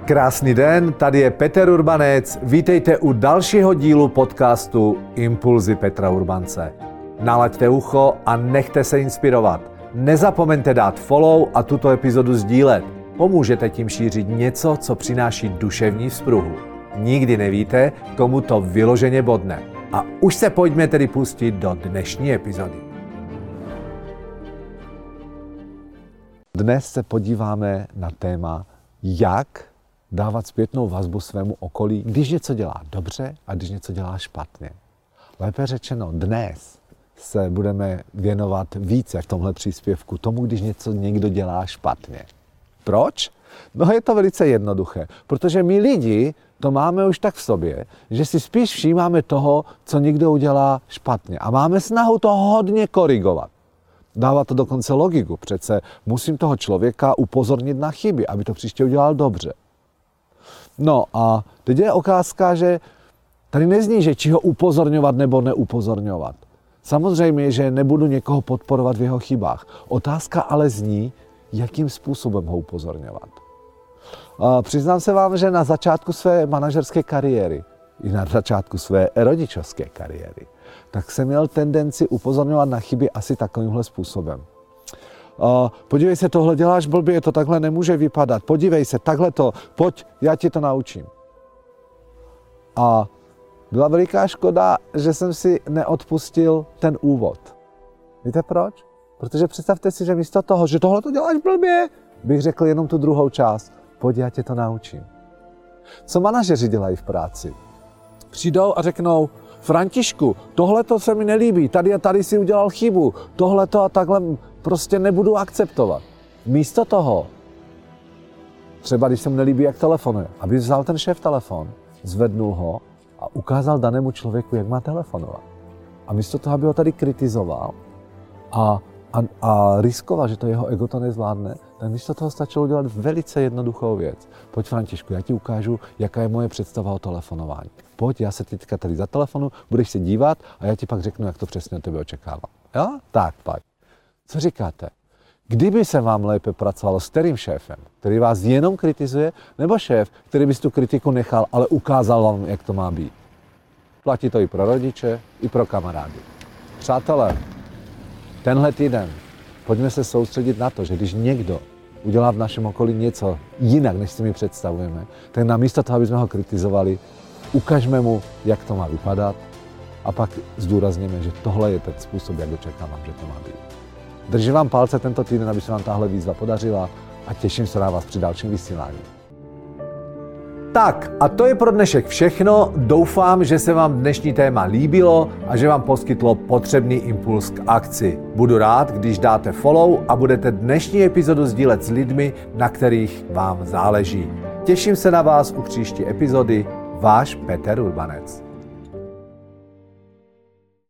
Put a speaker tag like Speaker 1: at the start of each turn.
Speaker 1: Krásný den, tady je Petr Urbanec. Vítejte u dalšího dílu podcastu Impulzy Petra Urbance. Nalaďte ucho a nechte se inspirovat. Nezapomeňte dát follow a tuto epizodu sdílet. Pomůžete tím šířit něco, co přináší duševní vzpruhu. Nikdy nevíte, komu to vyloženě bodne. A už se pojďme tedy pustit do dnešní epizody. Dnes se podíváme na téma, jak dávat zpětnou vazbu svému okolí, když něco dělá dobře a když něco dělá špatně. Lépe řečeno, dnes se budeme věnovat více v tomhle příspěvku tomu, když něco někdo dělá špatně. Proč? No je to velice jednoduché, protože my lidi to máme už tak v sobě, že si spíš všímáme toho, co někdo udělá špatně a máme snahu to hodně korigovat. Dává to dokonce logiku, přece musím toho člověka upozornit na chyby, aby to příště udělal dobře. No a teď je otázka, že tady nezní, že či ho upozorňovat nebo neupozorňovat. Samozřejmě, že nebudu někoho podporovat v jeho chybách. Otázka ale zní, jakým způsobem ho upozorňovat. Přiznám se vám, že na začátku své manažerské kariéry i na začátku své rodičovské kariéry, tak jsem měl tendenci upozorňovat na chyby asi takovýmhle způsobem. Podívej se, tohle děláš blbě, to takhle nemůže vypadat. Podívej se, takhle to, pojď, já ti to naučím. A byla veliká škoda, že jsem si neodpustil ten úvod. Víte proč? Protože představte si, že místo toho, že tohle to děláš blbě, bych řekl jenom tu druhou část. Pojď, já tě to naučím. Co manažeři dělají v práci? Přijdou a řeknou, Františku, tohleto se mi nelíbí, tady a tady si udělal chybu, tohleto a takhle prostě nebudu akceptovat. Místo toho, třeba když se mu nelíbí, jak telefonuje, aby vzal ten šéf telefon, zvednul ho a ukázal danému člověku, jak má telefonovat. A místo toho, aby ho tady kritizoval a riskoval, že to jeho ego to nezvládne, tak místo toho stačilo udělat velice jednoduchou věc. Pojď, Františku, já ti ukážu, jaká je moje představa o telefonování. Pojď, já se teďka tady za telefonu, budeš se dívat a já ti pak řeknu, jak to přesně od tebe očekávám. Jo? Tak, pojď. Co říkáte? Kdyby se vám lépe pracovalo s kterým šéfem, který vás jenom kritizuje, nebo šéf, který bys tu kritiku nechal, ale ukázal vám, jak to má být? Platí to i pro rodiče, i pro kamarády. Přátelé, tenhle týden pojďme se soustředit na to, že když někdo udělá v našem okolí něco jinak, než si my představujeme, tak namísto toho, aby jsme ho kritizovali, ukažme mu, jak to má vypadat a pak zdůrazníme, že tohle je ten způsob, jak očekávám, že to má být. Držím vám palce tento týden, aby se vám tahle výzva podařila a těším se na vás při dalším vysílání. Tak a to je pro dnešek všechno. Doufám, že se vám dnešní téma líbilo a že vám poskytlo potřebný impuls k akci. Budu rád, když dáte follow a budete dnešní epizodu sdílet s lidmi, na kterých vám záleží. Těším se na vás u příští epizody. Váš Petr Urbanec.